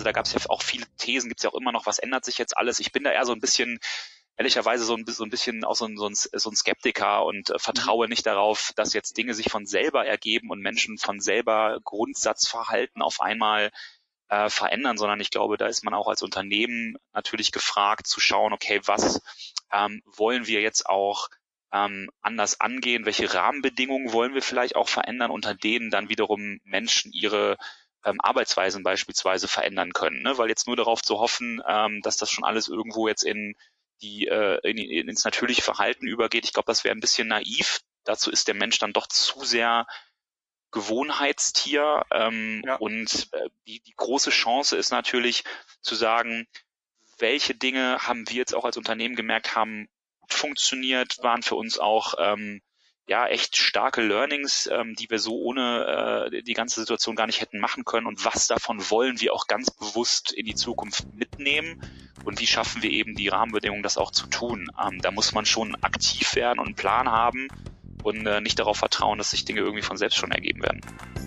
da gab es ja auch viele Thesen, gibt es ja auch immer noch, was ändert sich jetzt alles? Ich bin da eher so ein bisschen, ehrlicherweise so ein bisschen auch so ein Skeptiker und vertraue nicht darauf, dass jetzt Dinge sich von selber ergeben und Menschen von selber Grundsatzverhalten auf einmal verändern, sondern ich glaube, da ist man auch als Unternehmen natürlich gefragt zu schauen, okay, was wollen wir jetzt auch anders angehen, welche Rahmenbedingungen wollen wir vielleicht auch verändern, unter denen dann wiederum Menschen ihre Arbeitsweisen beispielsweise verändern können, ne? Weil jetzt nur darauf zu hoffen, dass das schon alles irgendwo jetzt ins natürliche Verhalten übergeht, ich glaube, das wäre ein bisschen naiv. Dazu ist der Mensch dann doch zu sehr Gewohnheitstier. Und die große Chance ist natürlich zu sagen, welche Dinge haben wir jetzt auch als Unternehmen gemerkt, haben gut funktioniert, waren für uns auch echt starke Learnings, die wir so ohne die ganze Situation gar nicht hätten machen können, und was davon wollen wir auch ganz bewusst in die Zukunft mitnehmen und wie schaffen wir eben die Rahmenbedingungen, das auch zu tun. Da muss man schon aktiv werden und einen Plan haben und nicht darauf vertrauen, dass sich Dinge irgendwie von selbst schon ergeben werden.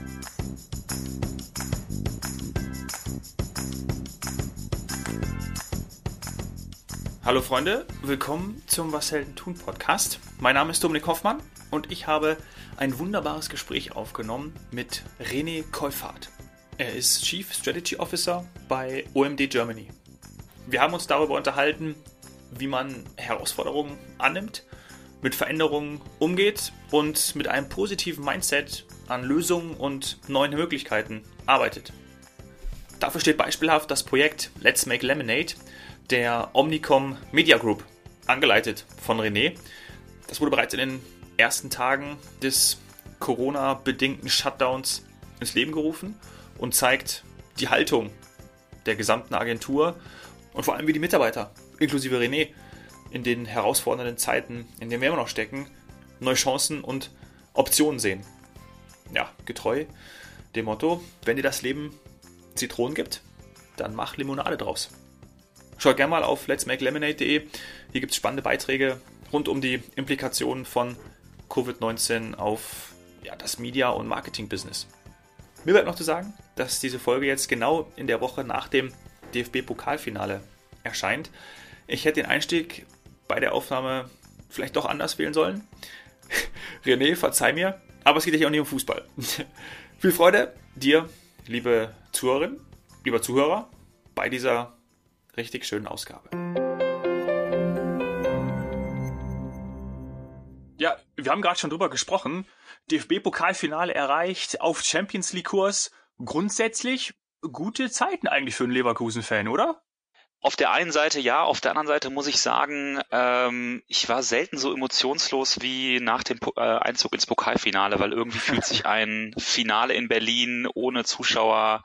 Hallo Freunde, willkommen zum Was Helden tun Podcast. Mein Name ist Dominik Hoffmann und ich habe ein wunderbares Gespräch aufgenommen mit René Keufhardt. Er ist Chief Strategy Officer bei OMD Germany. Wir haben uns darüber unterhalten, wie man Herausforderungen annimmt, mit Veränderungen umgeht und mit einem positiven Mindset an Lösungen und neuen Möglichkeiten arbeitet. Dafür steht beispielhaft das Projekt Let's Make Lemonade der Omnicom Media Group, angeleitet von René. Das wurde bereits in den ersten Tagen des Corona-bedingten Shutdowns ins Leben gerufen und zeigt die Haltung der gesamten Agentur und vor allem wie die Mitarbeiter, inklusive René, in den herausfordernden Zeiten, in denen wir immer noch stecken, neue Chancen und Optionen sehen. Ja, getreu dem Motto, wenn dir das Leben Zitronen gibt, dann mach Limonade draus. Schaut gerne mal auf letsmakelemonade.de. Hier gibt es spannende Beiträge rund um die Implikationen von Covid-19 auf das Media- und Marketing-Business. Mir bleibt noch zu sagen, dass diese Folge jetzt genau in der Woche nach dem DFB-Pokalfinale erscheint. Ich hätte den Einstieg bei der Aufnahme vielleicht doch anders wählen sollen. René, verzeih mir, aber es geht ja hier auch nicht um Fußball. Viel Freude dir, liebe Zuhörerin, lieber Zuhörer, bei dieser richtig schönen Ausgabe. Ja, wir haben gerade schon drüber gesprochen. DFB-Pokalfinale erreicht, auf Champions League-Kurs. Grundsätzlich gute Zeiten eigentlich für einen Leverkusen-Fan, oder? Auf der einen Seite ja, auf der anderen Seite muss ich sagen, ich war selten so emotionslos wie nach dem Einzug ins Pokalfinale, weil irgendwie fühlt sich ein Finale in Berlin ohne Zuschauer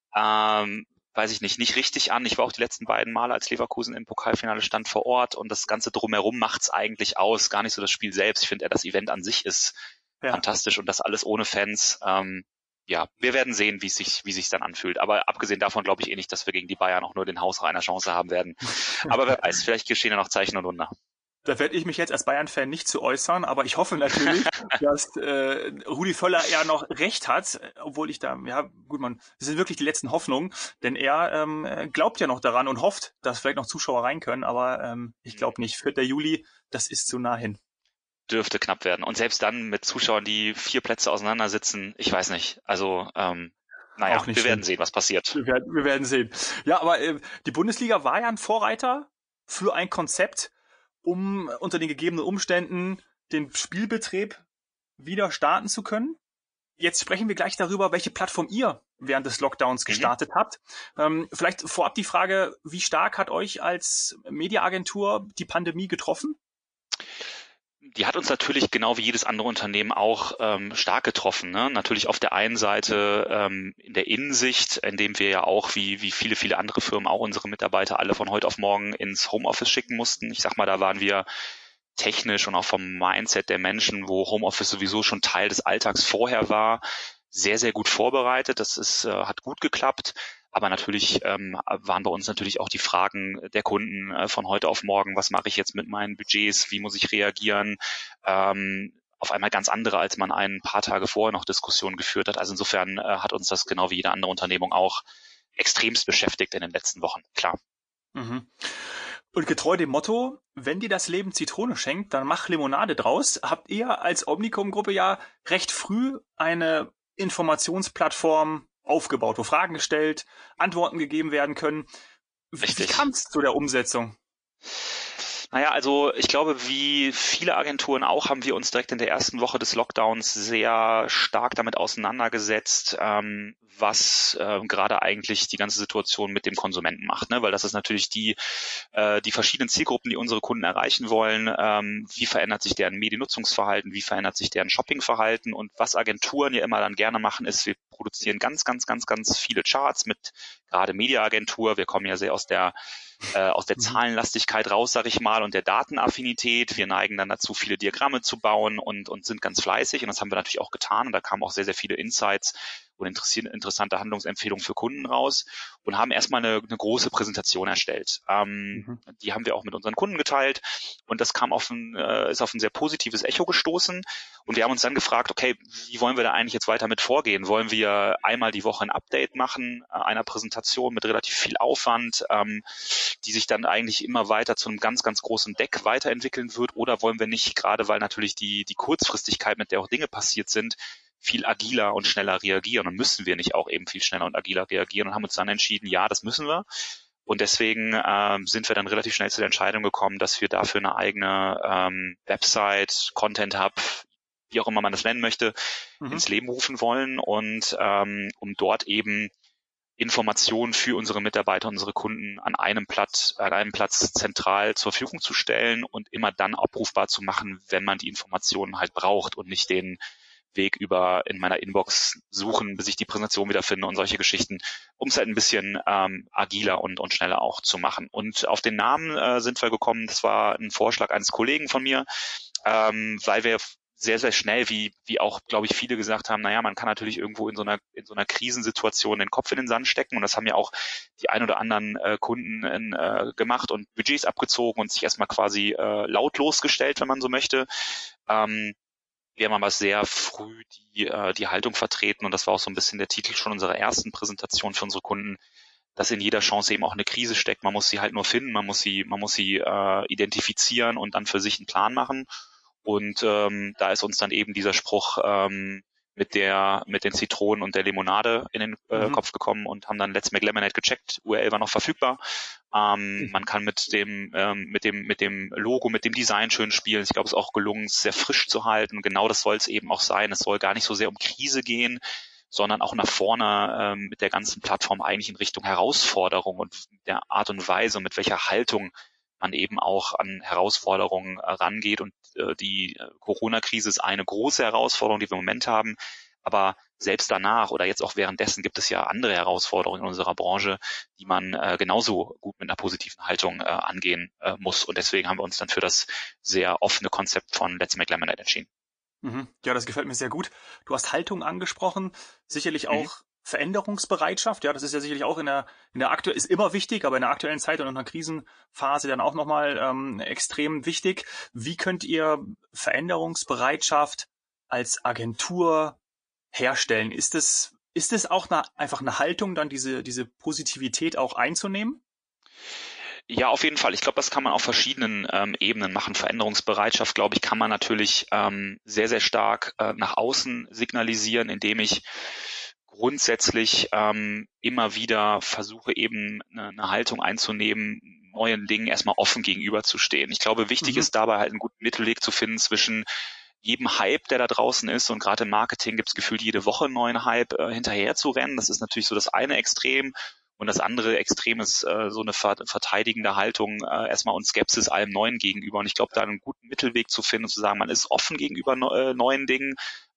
weiß ich nicht richtig an. Ich war auch die letzten beiden Male, als Leverkusen im Pokalfinale stand, vor Ort, und das Ganze drumherum macht's eigentlich aus, gar nicht so das Spiel selbst. Ich finde eher, das Event an sich ist fantastisch, und das alles ohne Fans. Wir werden sehen, wie es sich dann anfühlt. Aber abgesehen davon glaube ich nicht, dass wir gegen die Bayern auch nur den Hausreiner Chance haben werden. Aber wer weiß, vielleicht geschehen ja noch Zeichen und Wunder. Da werde ich mich jetzt als Bayern-Fan nicht zu äußern, aber ich hoffe natürlich, dass Rudi Völler eher noch recht hat, obwohl ich das sind wirklich die letzten Hoffnungen, denn er glaubt ja noch daran und hofft, dass vielleicht noch Zuschauer rein können, aber ich glaube nicht. 4. Juli, das ist zu nah hin. Dürfte knapp werden. Und selbst dann mit Zuschauern, die 4 Plätze auseinander sitzen, ich weiß nicht. Also, wir werden sehen, was passiert. Wir werden sehen. Ja, aber die Bundesliga war ja ein Vorreiter für ein Konzept, um unter den gegebenen Umständen den Spielbetrieb wieder starten zu können. Jetzt sprechen wir gleich darüber, welche Plattform ihr während des Lockdowns gestartet habt. Vielleicht vorab die Frage, wie stark hat euch als Mediaagentur die Pandemie getroffen? Die hat uns natürlich genau wie jedes andere Unternehmen auch stark getroffen. Ne? Natürlich auf der einen Seite in der Innensicht, indem wir ja auch wie viele andere Firmen auch unsere Mitarbeiter alle von heute auf morgen ins Homeoffice schicken mussten. Ich sag mal, da waren wir technisch und auch vom Mindset der Menschen, wo Homeoffice sowieso schon Teil des Alltags vorher war, sehr, sehr gut vorbereitet. Hat gut geklappt. Aber natürlich waren bei uns natürlich auch die Fragen der Kunden von heute auf morgen. Was mache ich jetzt mit meinen Budgets? Wie muss ich reagieren? Auf einmal ganz andere, als man ein paar Tage vorher noch Diskussionen geführt hat. Also insofern hat uns das genau wie jede andere Unternehmung auch extremst beschäftigt in den letzten Wochen, klar. Mhm. Und getreu dem Motto, wenn dir das Leben Zitrone schenkt, dann mach Limonade draus, habt ihr als Omnicom-Gruppe ja recht früh eine Informationsplattform aufgebaut, wo Fragen gestellt, Antworten gegeben werden können. Richtig. Wie kam es zu der Umsetzung? Naja, also ich glaube, wie viele Agenturen auch, haben wir uns direkt in der ersten Woche des Lockdowns sehr stark damit auseinandergesetzt, was gerade eigentlich die ganze Situation mit dem Konsumenten macht, ne? Weil das ist natürlich die verschiedenen Zielgruppen, die unsere Kunden erreichen wollen. Wie verändert sich deren Mediennutzungsverhalten? Wie verändert sich deren Shoppingverhalten? Und was Agenturen ja immer dann gerne machen, ist, wir produzieren ganz viele Charts mit gerade Mediaagentur. Wir kommen ja sehr aus der Zahlenlastigkeit raus, sag ich mal, und der Datenaffinität. Wir neigen dann dazu, viele Diagramme zu bauen und sind ganz fleißig. Und das haben wir natürlich auch getan. Und da kamen auch sehr viele Insights und interessante Handlungsempfehlungen für Kunden raus und haben erstmal eine große Präsentation erstellt. Die haben wir auch mit unseren Kunden geteilt und das ist auf ein sehr positives Echo gestoßen. Und wir haben uns dann gefragt, okay, wie wollen wir da eigentlich jetzt weiter mit vorgehen? Wollen wir einmal die Woche ein Update machen, einer Präsentation mit relativ viel Aufwand, die sich dann eigentlich immer weiter zu einem ganz großen Deck weiterentwickeln wird? Oder wollen wir nicht, gerade weil natürlich die Kurzfristigkeit, mit der auch Dinge passiert sind, viel agiler und schneller reagieren, und müssen wir nicht auch eben viel schneller und agiler reagieren, und haben uns dann entschieden, ja, das müssen wir. Und deswegen sind wir dann relativ schnell zu der Entscheidung gekommen, dass wir dafür eine eigene Website, Content Hub, wie auch immer man das nennen möchte, ins Leben rufen wollen, und um dort eben Informationen für unsere Mitarbeiter, unsere Kunden an einem Platz zentral zur Verfügung zu stellen und immer dann abrufbar zu machen, wenn man die Informationen halt braucht, und nicht den Weg über in meiner Inbox suchen, bis ich die Präsentation wiederfinde und solche Geschichten, um es halt ein bisschen agiler und schneller auch zu machen. Und auf den Namen sind wir gekommen, das war ein Vorschlag eines Kollegen von mir, weil wir sehr schnell, wie auch, glaube ich, viele gesagt haben, naja, man kann natürlich irgendwo in so einer Krisensituation den Kopf in den Sand stecken, und das haben ja auch die ein oder anderen Kunden gemacht und Budgets abgezogen und sich erstmal quasi lautlos gestellt, wenn man so möchte. Wir haben aber sehr früh die Haltung vertreten, und das war auch so ein bisschen der Titel schon unserer ersten Präsentation für unsere Kunden, dass in jeder Chance eben auch eine Krise steckt. Man muss sie halt nur finden, man muss sie identifizieren und dann für sich einen Plan machen. Und da ist uns dann eben dieser Spruch mit den Zitronen und der Limonade in den Kopf gekommen, und haben dann Let's Make Lemonade gecheckt. URL war noch verfügbar. Man kann mit dem Logo, mit dem Design schön spielen. Ich glaube, es ist auch gelungen, es sehr frisch zu halten. Und genau das soll es eben auch sein. Es soll gar nicht so sehr um Krise gehen, sondern auch nach vorne mit der ganzen Plattform eigentlich in Richtung Herausforderung und der Art und Weise und mit welcher Haltung man eben auch an Herausforderungen rangeht. Und die Corona-Krise ist eine große Herausforderung, die wir im Moment haben. Aber selbst danach oder jetzt auch währenddessen gibt es ja andere Herausforderungen in unserer Branche, die man genauso gut mit einer positiven Haltung angehen muss. Und deswegen haben wir uns dann für das sehr offene Konzept von Let's Make Lemonade entschieden. Ja, das gefällt mir sehr gut. Du hast Haltung angesprochen, sicherlich auch Veränderungsbereitschaft. Ja, das ist ja sicherlich auch in der aktuellen, ist immer wichtig, aber in der aktuellen Zeit und in einer Krisenphase dann auch nochmal extrem wichtig. Wie könnt ihr Veränderungsbereitschaft als Agentur herstellen? Ist es auch einfach eine Haltung, dann diese Positivität auch einzunehmen? Ja, auf jeden Fall. Ich glaube, das kann man auf verschiedenen Ebenen machen. Veränderungsbereitschaft, glaube ich, kann man natürlich sehr stark nach außen signalisieren, indem ich grundsätzlich immer wieder versuche, eben eine Haltung einzunehmen, neuen Dingen erstmal offen gegenüberzustehen. Ich glaube, wichtig ist dabei halt einen guten Mittelweg zu finden zwischen jedem Hype, der da draußen ist, und gerade im Marketing gibt es gefühlt jede Woche einen neuen Hype hinterher zu rennen. Das ist natürlich so das eine Extrem. Und das andere Extrem ist so eine verteidigende Haltung erstmal und Skepsis allem Neuen gegenüber. Und ich glaube, da einen guten Mittelweg zu finden und zu sagen, man ist offen gegenüber neuen Dingen,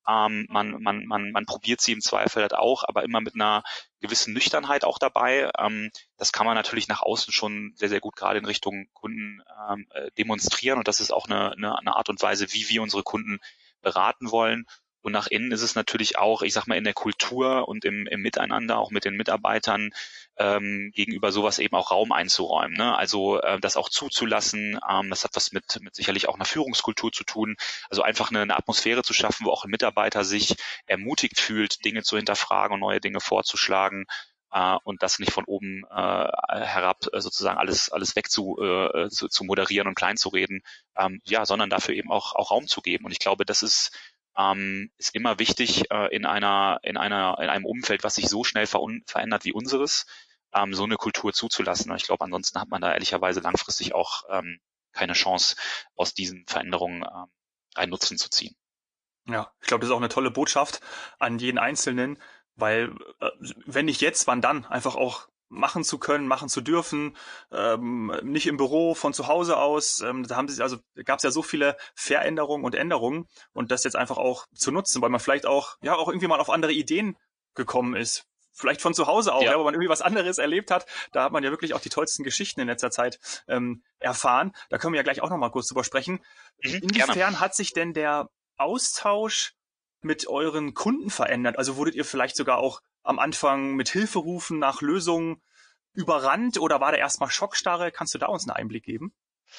man probiert sie im Zweifel halt auch, aber immer mit einer gewissen Nüchternheit auch dabei. Das kann man natürlich nach außen schon sehr gut gerade in Richtung Kunden demonstrieren, und das ist auch eine Art und Weise, wie wir unsere Kunden beraten wollen. Und nach innen ist es natürlich auch, ich sag mal, in der Kultur und im Miteinander, auch mit den Mitarbeitern, gegenüber sowas eben auch Raum einzuräumen, ne? Also das auch zuzulassen, das hat was mit sicherlich auch einer Führungskultur zu tun. Also einfach eine Atmosphäre zu schaffen, wo auch ein Mitarbeiter sich ermutigt fühlt, Dinge zu hinterfragen und neue Dinge vorzuschlagen. und das nicht von oben herab sozusagen alles weg zu moderieren und klein zu reden, sondern dafür eben auch Raum zu geben. Und ich glaube, das ist immer wichtig in einem Umfeld, was sich so schnell verändert wie unseres, so eine Kultur zuzulassen. Und ich glaube, ansonsten hat man da ehrlicherweise langfristig auch keine Chance, aus diesen Veränderungen einen Nutzen zu ziehen. Ja, ich glaube, das ist auch eine tolle Botschaft an jeden Einzelnen, weil wenn nicht jetzt, wann dann? Einfach auch machen zu können, machen zu dürfen, nicht im Büro, von zu Hause aus. Gab es ja so viele Veränderungen und Änderungen und das jetzt einfach auch zu nutzen, weil man vielleicht auch irgendwie mal auf andere Ideen gekommen ist. Vielleicht von zu Hause auch, wo man irgendwie was anderes erlebt hat. Da hat man ja wirklich auch die tollsten Geschichten in letzter Zeit erfahren. Da können wir ja gleich auch noch mal kurz drüber sprechen. Inwiefern gerne. hat sich denn der Austausch mit euren Kunden verändert? Also wurdet ihr vielleicht sogar auch am Anfang mit Hilferufen nach Lösungen überrannt oder war da erstmal Schockstarre? Kannst du da uns einen Einblick geben?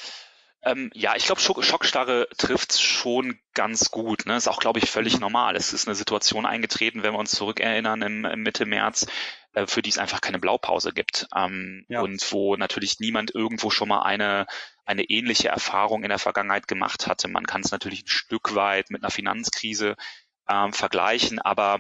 Ich glaube, Schockstarre trifft schon ganz gut. Ne? Ist auch, glaube ich, völlig normal. Es ist eine Situation eingetreten, wenn wir uns zurückerinnern im Mitte März, für die es einfach keine Blaupause gibt. Und wo natürlich niemand irgendwo schon mal eine ähnliche Erfahrung in der Vergangenheit gemacht hatte. Man kann es natürlich ein Stück weit mit einer Finanzkrise vergleichen, aber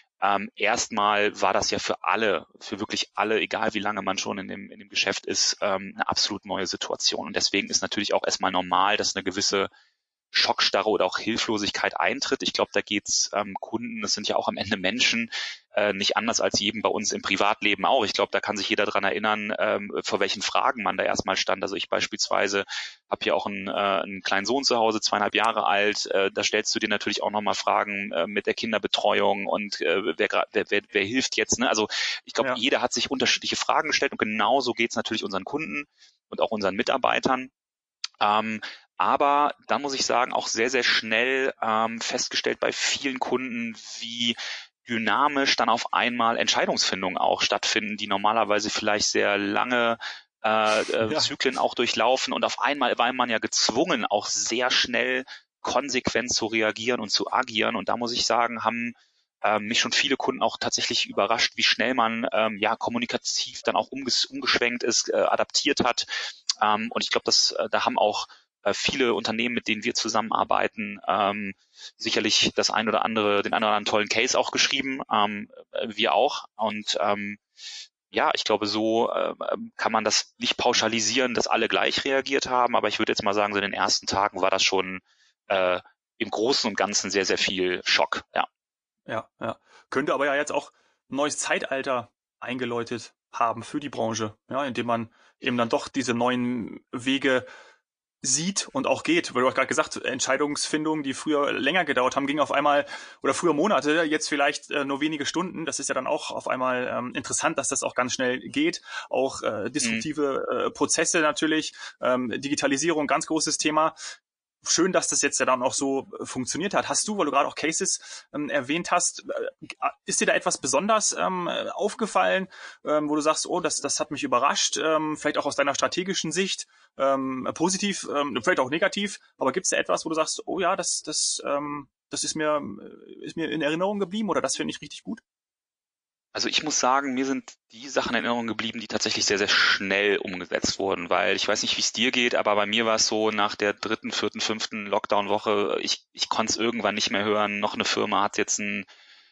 erstmal war das ja für wirklich alle, egal wie lange man schon in dem Geschäft ist, eine absolut neue Situation. Und deswegen ist natürlich auch erstmal normal, dass eine gewisse Schockstarre oder auch Hilflosigkeit eintritt. Ich glaube, da geht's Kunden, das sind ja auch am Ende Menschen, nicht anders als jedem bei uns im Privatleben auch. Ich glaube, da kann sich jeder dran erinnern, vor welchen Fragen man da erstmal stand. Also ich beispielsweise habe hier auch einen kleinen Sohn zu Hause, 2,5 Jahre alt. Da stellst du dir natürlich auch nochmal Fragen mit der Kinderbetreuung und wer hilft jetzt. Ne? Also ich glaube, jeder hat sich unterschiedliche Fragen gestellt und genauso geht's natürlich unseren Kunden und auch unseren Mitarbeitern. Aber da muss ich sagen, auch sehr, sehr schnell festgestellt bei vielen Kunden, wie dynamisch dann auf einmal Entscheidungsfindungen auch stattfinden, die normalerweise vielleicht sehr lange Zyklen auch durchlaufen. Und auf einmal war man ja gezwungen, auch sehr schnell konsequent zu reagieren und zu agieren. Und da muss ich sagen, haben mich schon viele Kunden auch tatsächlich überrascht, wie schnell man kommunikativ dann auch umgeschwenkt ist, adaptiert hat. Und ich glaube, da haben auch viele Unternehmen, mit denen wir zusammenarbeiten, sicherlich den einen oder anderen tollen Case auch geschrieben, wir auch. Und ich glaube, so kann man das nicht pauschalisieren, dass alle gleich reagiert haben, aber ich würde jetzt mal sagen, so in den ersten Tagen war das schon im Großen und Ganzen sehr, sehr viel Schock. Ja. Könnte aber ja jetzt auch ein neues Zeitalter eingeläutet haben für die Branche, indem man eben dann doch diese neuen Wege sieht und auch geht. Weil du hast gerade gesagt, Entscheidungsfindungen, die früher länger gedauert haben, gingen auf einmal, oder früher Monate, jetzt vielleicht nur wenige Stunden. Das ist ja dann auch auf einmal interessant, dass das auch ganz schnell geht. Auch disruptive Prozesse natürlich, Digitalisierung, ganz großes Thema. Schön, dass das jetzt ja dann auch so funktioniert hat. Hast du, weil du gerade auch Cases erwähnt hast, ist dir da etwas besonders aufgefallen, wo du sagst, oh, das hat mich überrascht, vielleicht auch aus deiner strategischen Sicht, positiv, vielleicht auch negativ, aber gibt es da etwas, wo du sagst, oh ja, das ist mir in Erinnerung geblieben oder das finde ich richtig gut? Also ich muss sagen, mir sind die Sachen in Erinnerung geblieben, die tatsächlich sehr, sehr schnell umgesetzt wurden, weil ich weiß nicht, wie es dir geht, aber bei mir war es so, nach der 3., 4., 5. Lockdown-Woche, ich konnte es irgendwann nicht mehr hören, noch eine Firma hat jetzt einen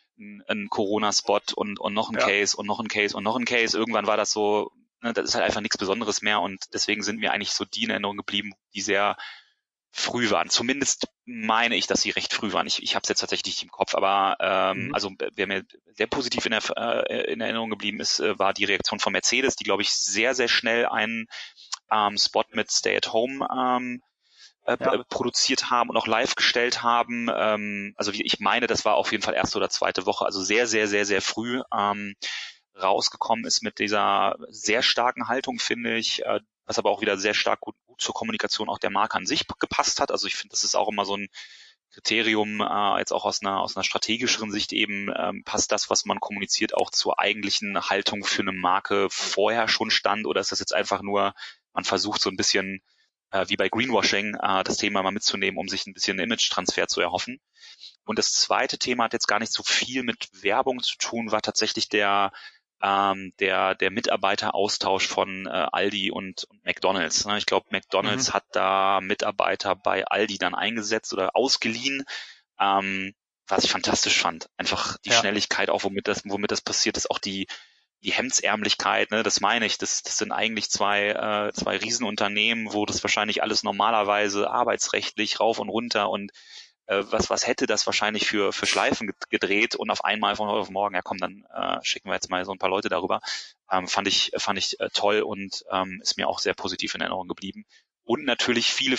Corona-Spot und noch einen Case und noch einen Case und noch einen Case. Irgendwann war das so, ne, das ist halt einfach nichts Besonderes mehr und deswegen sind mir eigentlich so die in Erinnerung geblieben, die sehr früh waren. Zumindest meine ich, dass sie recht früh waren. Ich habe es jetzt tatsächlich nicht im Kopf, aber also wer mir sehr positiv in Erinnerung geblieben ist, war die Reaktion von Mercedes, die, glaube ich, sehr, sehr schnell einen Spot mit Stay at Home produziert haben und auch live gestellt haben. Also ich meine, das war auf jeden Fall erste oder zweite Woche, also sehr, sehr, sehr, sehr früh rausgekommen ist mit dieser sehr starken Haltung, finde ich, was aber auch wieder sehr stark gut zur Kommunikation auch der Marke an sich gepasst hat. Also ich finde, das ist auch immer so ein Kriterium, jetzt auch aus einer strategischeren Sicht eben, passt das, was man kommuniziert, auch zur eigentlichen Haltung für eine Marke vorher schon stand, oder ist das jetzt einfach nur, man versucht so ein bisschen wie bei Greenwashing das Thema mal mitzunehmen, um sich ein bisschen Image-Transfer zu erhoffen. Und das zweite Thema hat jetzt gar nicht so viel mit Werbung zu tun, war tatsächlich der der Mitarbeiteraustausch von Aldi und McDonald's. Ne? Ich glaube, McDonald's hat da Mitarbeiter bei Aldi dann eingesetzt oder ausgeliehen, was ich fantastisch fand. Einfach die Schnelligkeit auch, womit das passiert ist, auch die Hemdsärmlichkeit, ne, das meine ich, das sind eigentlich zwei Riesenunternehmen, wo das wahrscheinlich alles normalerweise arbeitsrechtlich rauf und runter und was hätte das wahrscheinlich für Schleifen gedreht und auf einmal von heute auf morgen, ja komm, dann schicken wir jetzt mal so ein paar Leute darüber. Fand ich toll und ist mir auch sehr positiv in Erinnerung geblieben. Und natürlich viele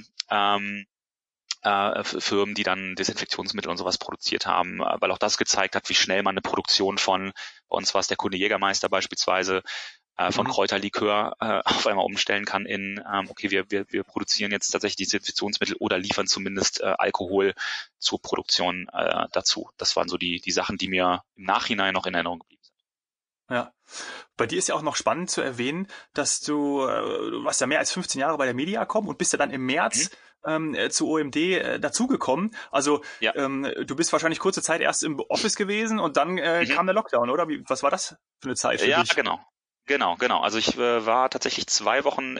Firmen, die dann Desinfektionsmittel und sowas produziert haben, weil auch das gezeigt hat, wie schnell man eine Produktion von, bei uns war es der Kunde Jägermeister beispielsweise, von Kräuterlikör auf einmal umstellen kann in, okay, wir produzieren jetzt tatsächlich Desinfektionsmittel oder liefern zumindest Alkohol zur Produktion dazu. Das waren so die Sachen, die mir im Nachhinein noch in Erinnerung geblieben sind. Ja. Bei dir ist ja auch noch spannend zu erwähnen, dass du warst ja mehr als 15 Jahre bei der Mediacom und bist ja dann im März zu OMD dazugekommen. Also du bist wahrscheinlich kurze Zeit erst im Office gewesen und dann kam der Lockdown, oder? Was war das für eine Zeit für dich? Ja, genau. Also ich war tatsächlich 2 Wochen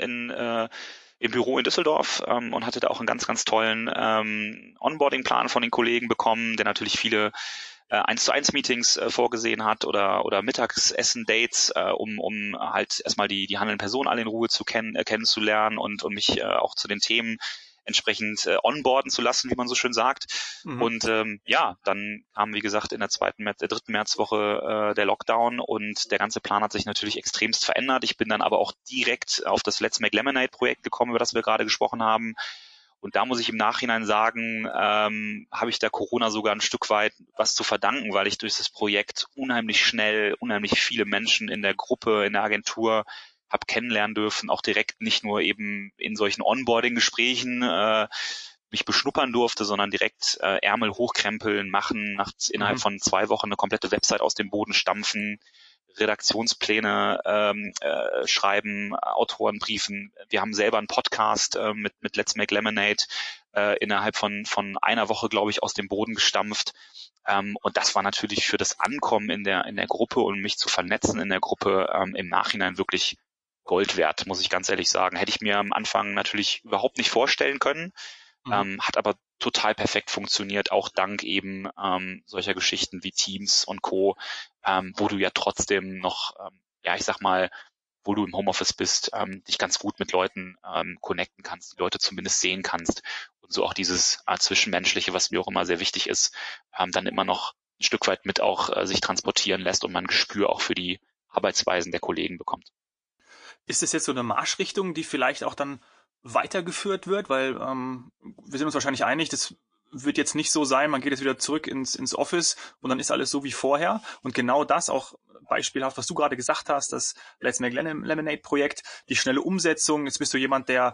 im Büro in Düsseldorf und hatte da auch einen ganz, ganz tollen Onboarding-Plan von den Kollegen bekommen, der natürlich viele 1:1 Meetings vorgesehen hat oder Mittagsessen-Dates, um halt erstmal die handelnden Personen alle in Ruhe kennenzulernen und mich auch zu den Themen entsprechend onboarden zu lassen, wie man so schön sagt. Und dann kam, wie gesagt, in der dritten Märzwoche der Lockdown und der ganze Plan hat sich natürlich extremst verändert. Ich bin dann aber auch direkt auf das Let's Make Lemonade Projekt gekommen, über das wir gerade gesprochen haben. Und da muss ich im Nachhinein sagen, habe ich da Corona sogar ein Stück weit was zu verdanken, weil ich durch das Projekt unheimlich schnell, unheimlich viele Menschen in der Gruppe, in der Agentur habe kennenlernen dürfen, auch direkt nicht nur eben in solchen Onboarding-Gesprächen mich beschnuppern durfte, sondern direkt Ärmel hochkrempeln, machen, innerhalb von 2 Wochen eine komplette Website aus dem Boden stampfen, Redaktionspläne schreiben, Autorenbriefen. Wir haben selber einen Podcast mit Let's Make Lemonade innerhalb von einer Woche, glaube ich, aus dem Boden gestampft. Und das war natürlich für das Ankommen in der Gruppe und mich zu vernetzen in der Gruppe im Nachhinein wirklich Gold wert, muss ich ganz ehrlich sagen. Hätte ich mir am Anfang natürlich überhaupt nicht vorstellen können, hat aber total perfekt funktioniert, auch dank eben solcher Geschichten wie Teams und Co., wo du ja trotzdem noch, ich sag mal, wo du im Homeoffice bist, dich ganz gut mit Leuten connecten kannst, die Leute zumindest sehen kannst und so auch dieses Zwischenmenschliche, was mir auch immer sehr wichtig ist, dann immer noch ein Stück weit mit auch sich transportieren lässt und man ein Gespür auch für die Arbeitsweisen der Kollegen bekommt. Ist das jetzt so eine Marschrichtung, die vielleicht auch dann weitergeführt wird? Weil wir sind uns wahrscheinlich einig, das wird jetzt nicht so sein, man geht jetzt wieder zurück ins Office und dann ist alles so wie vorher. Und genau das auch beispielhaft, was du gerade gesagt hast, das Let's Make Lemonade-Projekt, die schnelle Umsetzung. Jetzt bist du jemand, der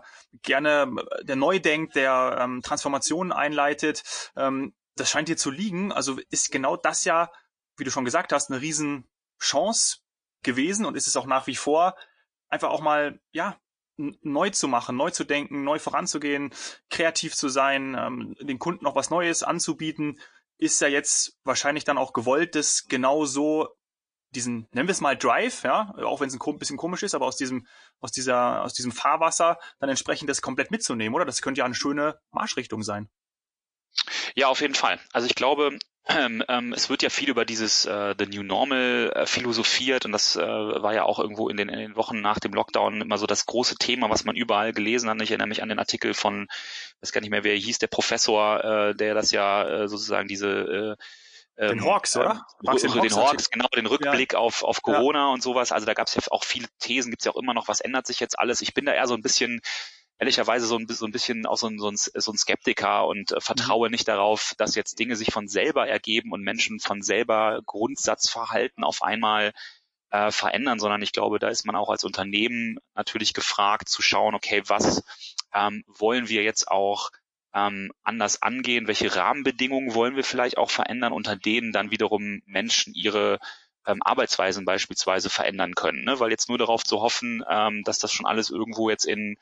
neu denkt, der Transformationen einleitet. Das scheint dir zu liegen. Also ist genau das ja, wie du schon gesagt hast, eine Riesenchance gewesen und ist es auch nach wie vor, einfach auch mal, neu zu machen, neu zu denken, neu voranzugehen, kreativ zu sein, den Kunden noch was Neues anzubieten, ist ja jetzt wahrscheinlich dann auch gewollt, das genau so diesen, nennen wir es mal Drive, auch wenn es ein bisschen komisch ist, aber aus diesem Fahrwasser dann entsprechend das komplett mitzunehmen, oder? Das könnte ja eine schöne Marschrichtung sein. Ja, auf jeden Fall. Also ich glaube, es wird ja viel über dieses The New Normal philosophiert und das war ja auch irgendwo in den Wochen nach dem Lockdown immer so das große Thema, was man überall gelesen hat. Ich erinnere mich an den Artikel von, weiß gar nicht mehr, wer hieß, der Professor, der das ja sozusagen diese den Hawks, oder? Den Hawks, genau, den Rückblick auf Corona und sowas. Also da gab es ja auch viele Thesen, gibt es ja auch immer noch, was ändert sich jetzt alles? Ich bin da eher so ein bisschen ehrlicherweise so ein bisschen auch so ein Skeptiker und vertraue nicht darauf, dass jetzt Dinge sich von selber ergeben und Menschen von selber Grundsatzverhalten auf einmal verändern, sondern ich glaube, da ist man auch als Unternehmen natürlich gefragt zu schauen, okay, was wollen wir jetzt auch anders angehen, welche Rahmenbedingungen wollen wir vielleicht auch verändern, unter denen dann wiederum Menschen ihre Arbeitsweisen beispielsweise verändern können, ne? Weil jetzt nur darauf zu hoffen, dass das schon alles irgendwo jetzt ins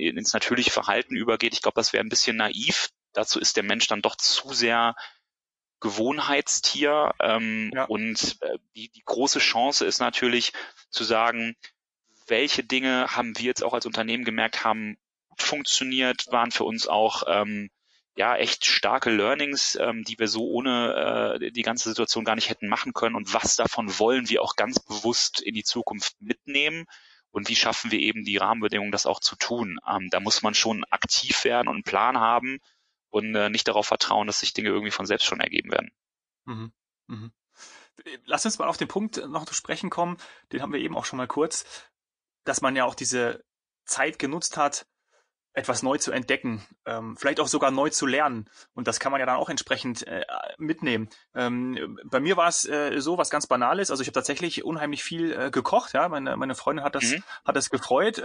natürliche Verhalten übergeht. Ich glaube, das wäre ein bisschen naiv. Dazu ist der Mensch dann doch zu sehr Gewohnheitstier Ja. und die große Chance ist natürlich zu sagen, welche Dinge haben wir jetzt auch als Unternehmen gemerkt, haben gut funktioniert, waren für uns auch echt starke Learnings, die wir so ohne die ganze Situation gar nicht hätten machen können, und was davon wollen wir auch ganz bewusst in die Zukunft mitnehmen und wie schaffen wir eben die Rahmenbedingungen, das auch zu tun. Da muss man schon aktiv werden und einen Plan haben und nicht darauf vertrauen, dass sich Dinge irgendwie von selbst schon ergeben werden. Mhm. Mhm. Lass uns mal auf den Punkt noch zu sprechen kommen, den haben wir eben auch schon mal kurz, dass man ja auch diese Zeit genutzt hat, etwas neu zu entdecken, vielleicht auch sogar neu zu lernen. Und das kann man ja dann auch entsprechend mitnehmen. Bei mir war es so was ganz Banales. Also ich habe tatsächlich unheimlich viel gekocht. Ja, meine Freundin hat das gefreut.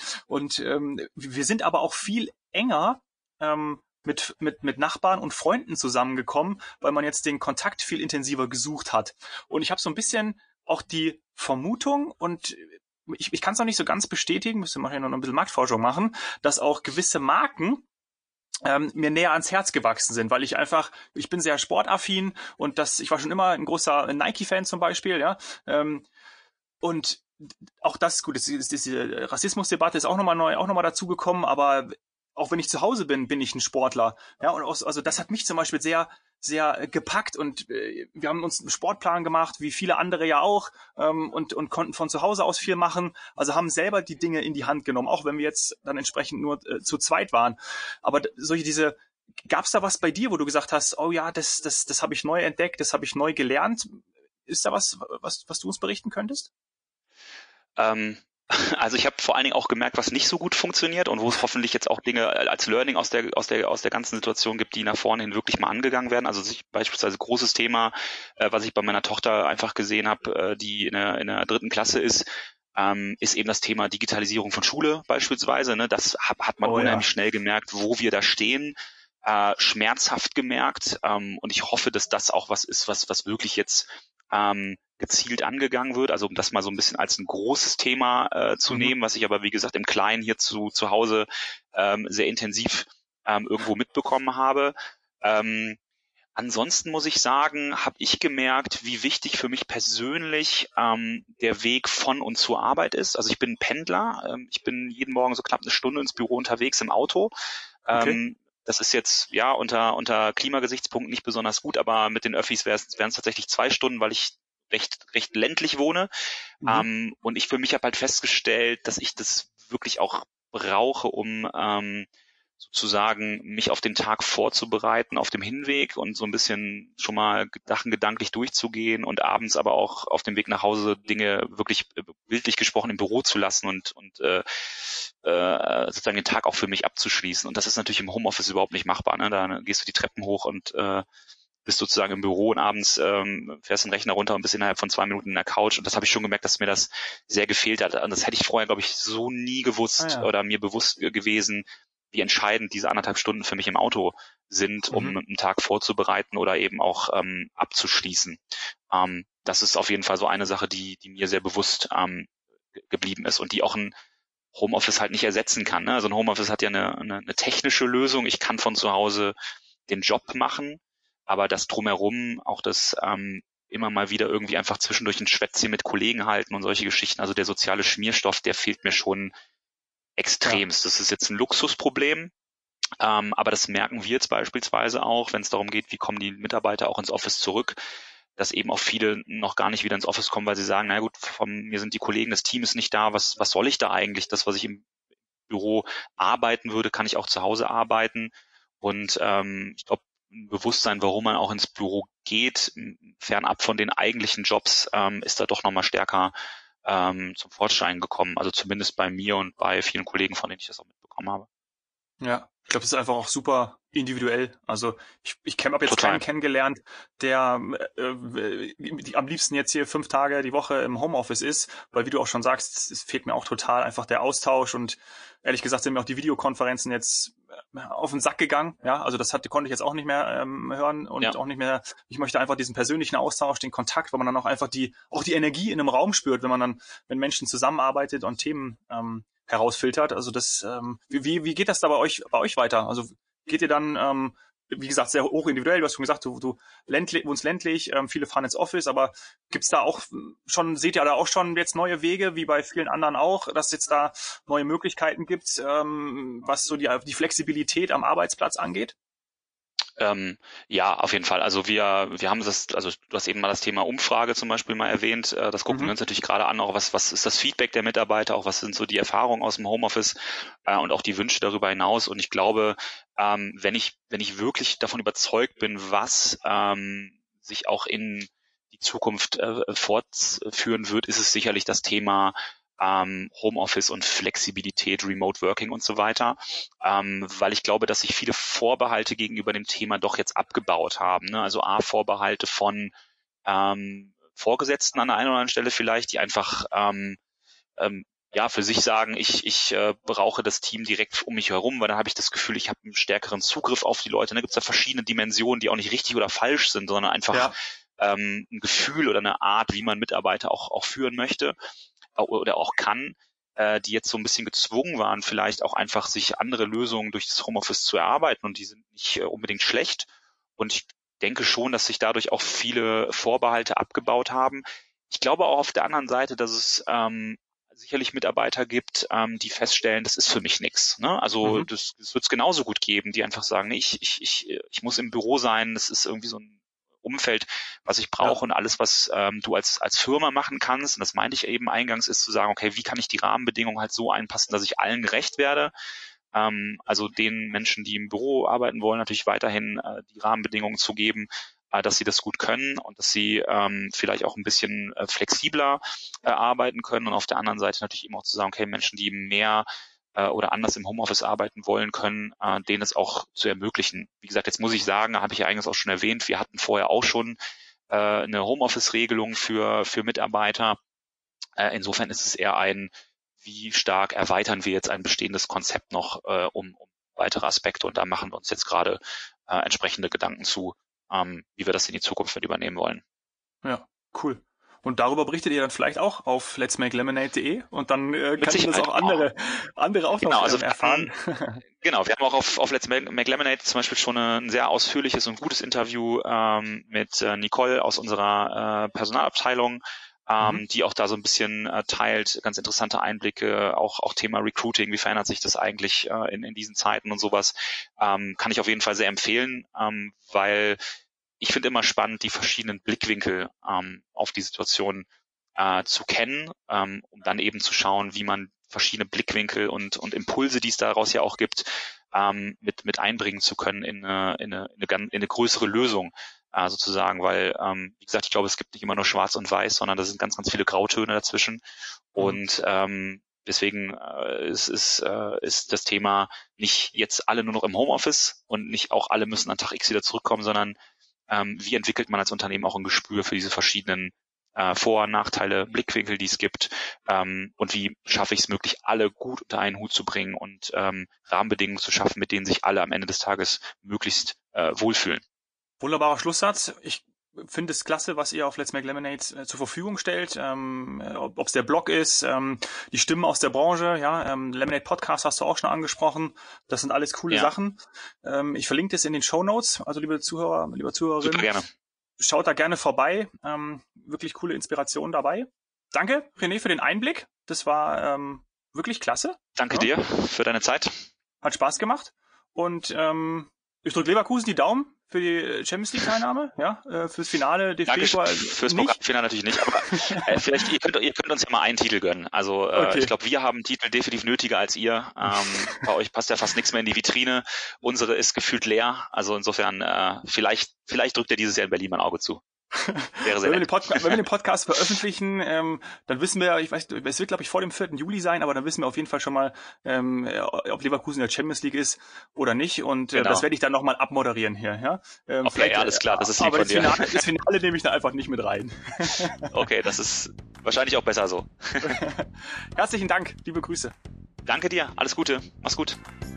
Wir sind aber auch viel enger mit Nachbarn und Freunden zusammengekommen, weil man jetzt den Kontakt viel intensiver gesucht hat. Und ich habe so ein bisschen auch die Vermutung, und ich kann es noch nicht so ganz bestätigen, müsste man ja noch ein bisschen Marktforschung machen, dass auch gewisse Marken mir näher ans Herz gewachsen sind, weil ich bin sehr sportaffin, und ich war schon immer ein großer Nike-Fan zum Beispiel, ja. Und auch das, gut, diese Rassismusdebatte ist auch nochmal dazugekommen, aber auch wenn ich zu Hause bin ich ein Sportler. Ja, und also das hat mich zum Beispiel sehr, sehr gepackt, und wir haben uns einen Sportplan gemacht, wie viele andere ja auch, und konnten von zu Hause aus viel machen. Also haben selber die Dinge in die Hand genommen, auch wenn wir jetzt dann entsprechend nur zu zweit waren. Aber gab's da was bei dir, wo du gesagt hast, oh ja, das habe ich neu entdeckt, das habe ich neu gelernt? Ist da was du uns berichten könntest? Ähm, also ich habe vor allen Dingen auch gemerkt, was nicht so gut funktioniert und wo es hoffentlich jetzt auch Dinge als Learning aus der ganzen Situation gibt, die nach vorne hin wirklich mal angegangen werden. Also beispielsweise großes Thema, was ich bei meiner Tochter einfach gesehen habe, die in der 3. Klasse ist eben das Thema Digitalisierung von Schule beispielsweise. Ne? Das hat man unheimlich schnell gemerkt, wo wir da stehen. Schmerzhaft gemerkt, und ich hoffe, dass das auch was ist, was wirklich jetzt gezielt angegangen wird, also um das mal so ein bisschen als ein großes Thema zu nehmen, was ich aber, wie gesagt, im Kleinen hier zu Hause sehr intensiv irgendwo mitbekommen habe. Ansonsten muss ich sagen, habe ich gemerkt, wie wichtig für mich persönlich der Weg von und zur Arbeit ist. Also ich bin Pendler, ich bin jeden Morgen so knapp eine Stunde ins Büro unterwegs im Auto. Okay. Das ist jetzt ja unter Klimagesichtspunkten nicht besonders gut, aber mit den Öffis wären es tatsächlich 2 Stunden, weil ich recht ländlich wohne. Und ich für mich habe halt festgestellt, dass ich das wirklich auch brauche, um sozusagen mich auf den Tag vorzubereiten, auf dem Hinweg und so ein bisschen schon mal Sachen gedanklich durchzugehen und abends aber auch auf dem Weg nach Hause Dinge wirklich bildlich gesprochen im Büro zu lassen und sozusagen den Tag auch für mich abzuschließen. Und das ist natürlich im Homeoffice überhaupt nicht machbar. Ne? Da gehst du die Treppen hoch und bist sozusagen im Büro und abends fährst den Rechner runter und bist innerhalb von 2 Minuten in der Couch. Und das habe ich schon gemerkt, dass mir das sehr gefehlt hat. Und das hätte ich vorher, glaube ich, so nie gewusst oder mir bewusst gewesen, wie entscheidend diese 1,5 Stunden für mich im Auto sind, um einen Tag vorzubereiten oder eben auch abzuschließen. Das ist auf jeden Fall so eine Sache, die mir sehr bewusst geblieben ist und die auch ein Homeoffice halt nicht ersetzen kann. Ne? Also ein Homeoffice hat ja eine technische Lösung. Ich kann von zu Hause den Job machen, aber das Drumherum, auch das immer mal wieder irgendwie einfach zwischendurch ein Schwätzchen mit Kollegen halten und solche Geschichten, also der soziale Schmierstoff, der fehlt mir schon extremst. Das ist jetzt ein Luxusproblem, aber das merken wir jetzt beispielsweise auch, wenn es darum geht, wie kommen die Mitarbeiter auch ins Office zurück, dass eben auch viele noch gar nicht wieder ins Office kommen, weil sie sagen, na gut, von mir sind die Kollegen, das Team ist nicht da, was soll ich da eigentlich? Das, was ich im Büro arbeiten würde, kann ich auch zu Hause arbeiten. Und ich glaube, ein Bewusstsein, warum man auch ins Büro geht, fernab von den eigentlichen Jobs, ist da doch nochmal stärker zum Vorschein gekommen. Also zumindest bei mir und bei vielen Kollegen, von denen ich das auch mitbekommen habe. Ja, ich glaube, das ist einfach auch super individuell. Also ich habe jetzt keinen kennengelernt, der am liebsten jetzt hier 5 Tage die Woche im Homeoffice ist, weil wie du auch schon sagst, es fehlt mir auch total einfach der Austausch, und ehrlich gesagt sind mir auch die Videokonferenzen jetzt auf den Sack gegangen. Ja, also konnte ich jetzt auch nicht mehr hören und auch nicht mehr. Ich möchte einfach diesen persönlichen Austausch, den Kontakt, weil man dann auch einfach die Energie in einem Raum spürt, wenn Menschen zusammenarbeitet und Themen herausfiltert. Also wie geht das da bei euch weiter? Also geht ihr dann wie gesagt, sehr hoch individuell. Du hast schon gesagt, du wohnst ländlich, viele fahren ins Office, aber gibt's da auch seht ihr da auch schon jetzt neue Wege, wie bei vielen anderen auch, dass es jetzt da neue Möglichkeiten gibt, was so die Flexibilität am Arbeitsplatz angeht? Ja, auf jeden Fall. Also wir haben also du hast eben mal das Thema Umfrage zum Beispiel mal erwähnt. Das gucken wir uns natürlich gerade an, auch was ist das Feedback der Mitarbeiter, auch was sind so die Erfahrungen aus dem Homeoffice und auch die Wünsche darüber hinaus. Und ich glaube, wenn ich wirklich davon überzeugt bin, was sich auch in die Zukunft fortführen wird, ist es sicherlich das Thema Homeoffice und Flexibilität, Remote Working und so weiter, weil ich glaube, dass sich viele Vorbehalte gegenüber dem Thema doch jetzt abgebaut haben. Ne? Also Vorbehalte von Vorgesetzten an der einen oder anderen Stelle vielleicht, die einfach für sich sagen, ich brauche das Team direkt um mich herum, weil dann habe ich das Gefühl, ich habe einen stärkeren Zugriff auf die Leute. Da gibt es ja verschiedene Dimensionen, die auch nicht richtig oder falsch sind, sondern einfach ein Gefühl oder eine Art, wie man Mitarbeiter auch führen möchte oder auch kann, die jetzt so ein bisschen gezwungen waren, vielleicht auch einfach sich andere Lösungen durch das Homeoffice zu erarbeiten, und die sind nicht unbedingt schlecht. Und ich denke schon, dass sich dadurch auch viele Vorbehalte abgebaut haben. Ich glaube auch auf der anderen Seite, dass es sicherlich Mitarbeiter gibt, die feststellen, das ist für mich nichts. Ne? Also das wird es genauso gut geben, die einfach sagen, nee, ich muss im Büro sein, das ist irgendwie so ein Umfeld, was ich brauche, und alles, was du als Firma machen kannst, und das meinte ich eben eingangs, ist zu sagen, okay, wie kann ich die Rahmenbedingungen halt so einpassen, dass ich allen gerecht werde, also den Menschen, die im Büro arbeiten wollen, natürlich weiterhin die Rahmenbedingungen zu geben, dass sie das gut können und dass sie vielleicht auch ein bisschen flexibler arbeiten können, und auf der anderen Seite natürlich eben auch zu sagen, okay, Menschen, die mehr oder anders im Homeoffice arbeiten wollen können, denen es auch zu ermöglichen. Wie gesagt, jetzt muss ich sagen, habe ich ja eigentlich auch schon erwähnt, wir hatten vorher auch schon eine Homeoffice-Regelung für Mitarbeiter. Insofern ist es eher wie stark erweitern wir jetzt ein bestehendes Konzept noch um weitere Aspekte, und da machen wir uns jetzt gerade entsprechende Gedanken zu, wie wir das in die Zukunft mit übernehmen wollen. Ja, cool. Und darüber berichtet ihr dann vielleicht auch auf letsmakelemonade.de, und dann können das auch andere auch noch erfahren. Genau, wir haben auch auf Let's Make Lemonade zum Beispiel schon ein sehr ausführliches und gutes Interview mit Nicole aus unserer Personalabteilung, die auch da so ein bisschen teilt, ganz interessante Einblicke, auch Thema Recruiting, wie verändert sich das eigentlich in diesen Zeiten und sowas, kann ich auf jeden Fall sehr empfehlen, weil ich finde immer spannend, die verschiedenen Blickwinkel auf die Situation zu kennen, um dann eben zu schauen, wie man verschiedene Blickwinkel und Impulse, die es daraus ja auch gibt, mit einbringen zu können in eine größere Lösung sozusagen, weil, wie gesagt, ich glaube, es gibt nicht immer nur schwarz und weiß, sondern da sind ganz, ganz viele Grautöne dazwischen, und deswegen ist das Thema nicht jetzt alle nur noch im Homeoffice und nicht auch alle müssen an Tag X wieder zurückkommen, sondern wie entwickelt man als Unternehmen auch ein Gespür für diese verschiedenen Vor- und Nachteile, Blickwinkel, die es gibt, und wie schaffe ich es möglich, alle gut unter einen Hut zu bringen und Rahmenbedingungen zu schaffen, mit denen sich alle am Ende des Tages möglichst wohlfühlen. Wunderbarer Schlusssatz. Ich finde es klasse, was ihr auf Let's Make Lemonade zur Verfügung stellt. Ob es der Blog ist, die Stimmen aus der Branche, Lemonade Podcast hast du auch schon angesprochen. Das sind alles coole Sachen. Ich verlinke das in den Shownotes. Also liebe Zuhörer, liebe Zuhörerinnen, super gerne. Schaut da gerne vorbei. Wirklich coole Inspirationen dabei. Danke, René, für den Einblick. Das war wirklich klasse. Danke dir für deine Zeit. Hat Spaß gemacht. Und ich drücke Leverkusen die Daumen für die Champions League Teilnahme, fürs Finale. Danke fürs Pokalfinale natürlich nicht, aber vielleicht ihr könnt uns ja mal einen Titel gönnen. Also ich glaube, wir haben Titel definitiv nötiger als ihr. Bei euch passt ja fast nichts mehr in die Vitrine. Unsere ist gefühlt leer. Also insofern vielleicht drückt ihr dieses Jahr in Berlin mal ein Auge zu. Wäre sehr wenn wir den Podcast veröffentlichen, dann wissen wir, ich weiß, es wird glaube ich vor dem 4. Juli sein, aber dann wissen wir auf jeden Fall schon mal, ob Leverkusen in der Champions League ist oder nicht, und das werde ich dann nochmal abmoderieren hier. Ja? Okay, alles klar, das ist lieb von dir. Das Finale nehme ich da einfach nicht mit rein. Okay, das ist wahrscheinlich auch besser so. Herzlichen Dank, liebe Grüße. Danke dir, alles Gute, mach's gut.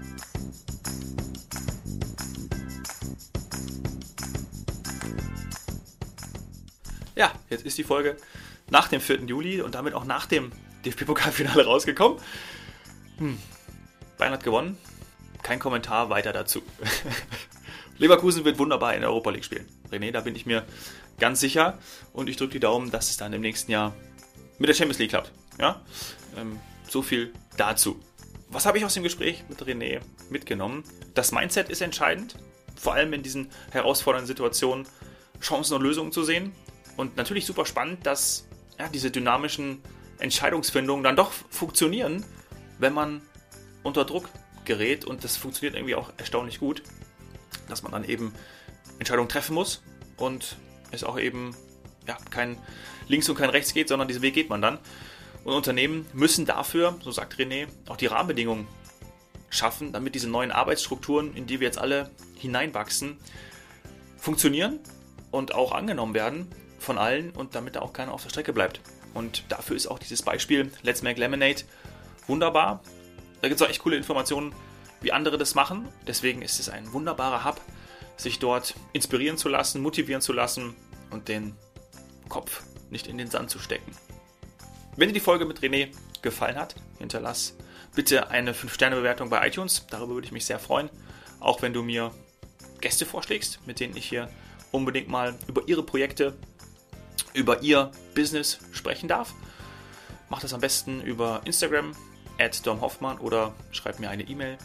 Ja, jetzt ist die Folge nach dem 4. Juli und damit auch nach dem DFB-Pokalfinale rausgekommen. Bayern hat gewonnen. Kein Kommentar weiter dazu. Leverkusen wird wunderbar in der Europa League spielen. René, da bin ich mir ganz sicher. Und ich drücke die Daumen, dass es dann im nächsten Jahr mit der Champions League klappt. Ja? So viel dazu. Was habe ich aus dem Gespräch mit René mitgenommen? Das Mindset ist entscheidend, vor allem in diesen herausfordernden Situationen Chancen und Lösungen zu sehen. Und natürlich super spannend, dass diese dynamischen Entscheidungsfindungen dann doch funktionieren, wenn man unter Druck gerät. Und das funktioniert irgendwie auch erstaunlich gut, dass man dann eben Entscheidungen treffen muss und es auch eben kein Links und kein Rechts geht, sondern diesen Weg geht man dann. Und Unternehmen müssen dafür, so sagt René, auch die Rahmenbedingungen schaffen, damit diese neuen Arbeitsstrukturen, in die wir jetzt alle hineinwachsen, funktionieren und auch angenommen werden von allen und damit da auch keiner auf der Strecke bleibt. Und dafür ist auch dieses Beispiel Let's Make Lemonade wunderbar. Da gibt es auch echt coole Informationen, wie andere das machen. Deswegen ist es ein wunderbarer Hub, sich dort inspirieren zu lassen, motivieren zu lassen und den Kopf nicht in den Sand zu stecken. Wenn dir die Folge mit René gefallen hat, hinterlass bitte eine 5-Sterne-Bewertung bei iTunes. Darüber würde ich mich sehr freuen. Auch wenn du mir Gäste vorschlägst, mit denen ich hier unbedingt mal über ihre Projekte, über ihr Business sprechen darf. Mach das am besten über Instagram @domhoffmann oder schreib mir eine E-Mail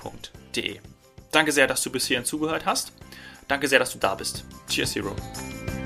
dominik.hoffmann@washeldentun.de. Danke sehr, dass du bis hierhin zugehört hast. Danke sehr, dass du da bist. Cheers, Hero.